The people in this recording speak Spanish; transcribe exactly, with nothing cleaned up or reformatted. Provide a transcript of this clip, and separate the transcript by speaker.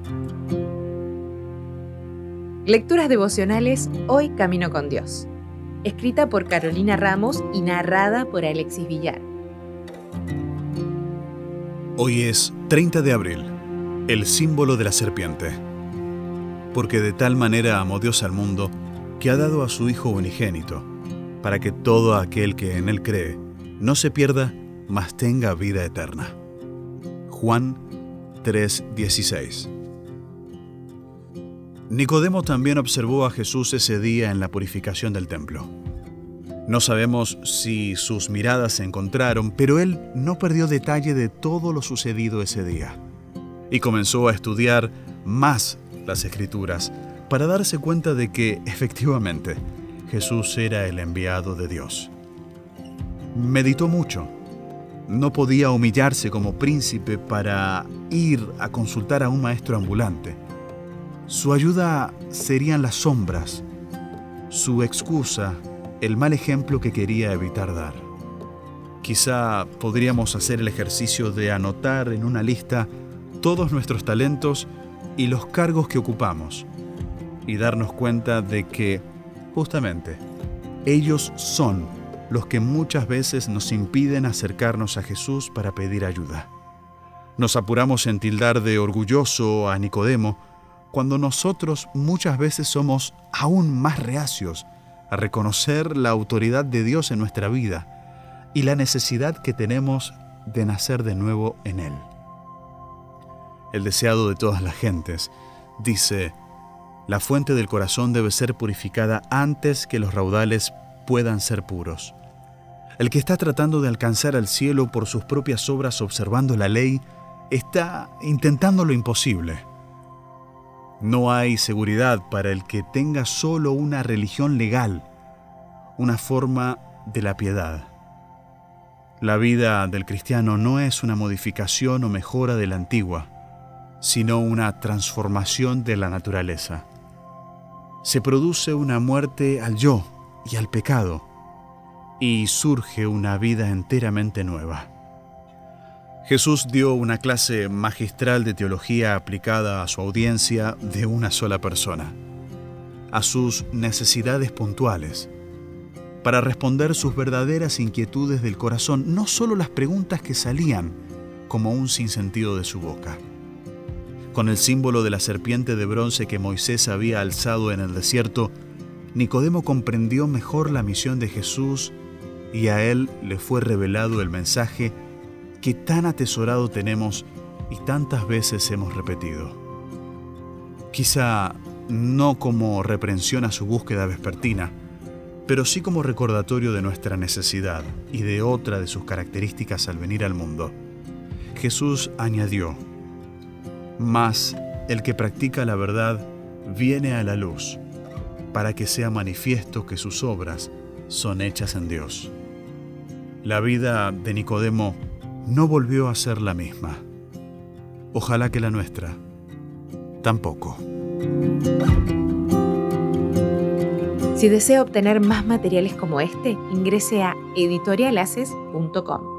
Speaker 1: Lecturas devocionales Hoy Camino con Dios. Escrita por Carolina Ramos y narrada por Alexis Villar.
Speaker 2: Hoy es treinta de abril, el símbolo de la serpiente. Porque de tal manera amó Dios al mundo, que ha dado a su Hijo unigénito, para que todo aquel que en Él cree no se pierda, mas tenga vida eterna. Juan tres dieciséis. Nicodemo también observó a Jesús ese día en la purificación del templo. No sabemos si sus miradas se encontraron, pero él no perdió detalle de todo lo sucedido ese día y comenzó a estudiar más las Escrituras para darse cuenta de que, efectivamente, Jesús era el enviado de Dios. Meditó mucho. No podía humillarse como príncipe para ir a consultar a un maestro ambulante. Su ayuda serían las sombras, su excusa, el mal ejemplo que quería evitar dar. Quizá podríamos hacer el ejercicio de anotar en una lista todos nuestros talentos y los cargos que ocupamos y darnos cuenta de que, justamente, ellos son los que muchas veces nos impiden acercarnos a Jesús para pedir ayuda. Nos apuramos en tildar de orgulloso a Nicodemo cuando nosotros muchas veces somos aún más reacios a reconocer la autoridad de Dios en nuestra vida y la necesidad que tenemos de nacer de nuevo en Él. El deseado de todas las gentes dice: la fuente del corazón debe ser purificada antes que los raudales puedan ser puros. El que está tratando de alcanzar al cielo por sus propias obras observando la ley está intentando lo imposible. No hay seguridad para el que tenga solo una religión legal, una forma de la piedad. La vida del cristiano no es una modificación o mejora de la antigua, sino una transformación de la naturaleza. Se produce una muerte al yo y al pecado, y surge una vida enteramente nueva. Jesús dio una clase magistral de teología aplicada a su audiencia de una sola persona, a sus necesidades puntuales, para responder sus verdaderas inquietudes del corazón, no solo las preguntas que salían como un sinsentido de su boca. Con el símbolo de la serpiente de bronce que Moisés había alzado en el desierto, Nicodemo comprendió mejor la misión de Jesús y a él le fue revelado el mensaje que tan atesorado tenemos y tantas veces hemos repetido. Quizá no como reprensión a su búsqueda vespertina, pero sí como recordatorio de nuestra necesidad y de otra de sus características al venir al mundo. Jesús añadió: mas el que practica la verdad viene a la luz, para que sea manifiesto que sus obras son hechas en Dios. La vida de Nicodemo no volvió a ser la misma. Ojalá que la nuestra tampoco.
Speaker 1: Si desea obtener más materiales como este, ingrese a editorialaces punto com.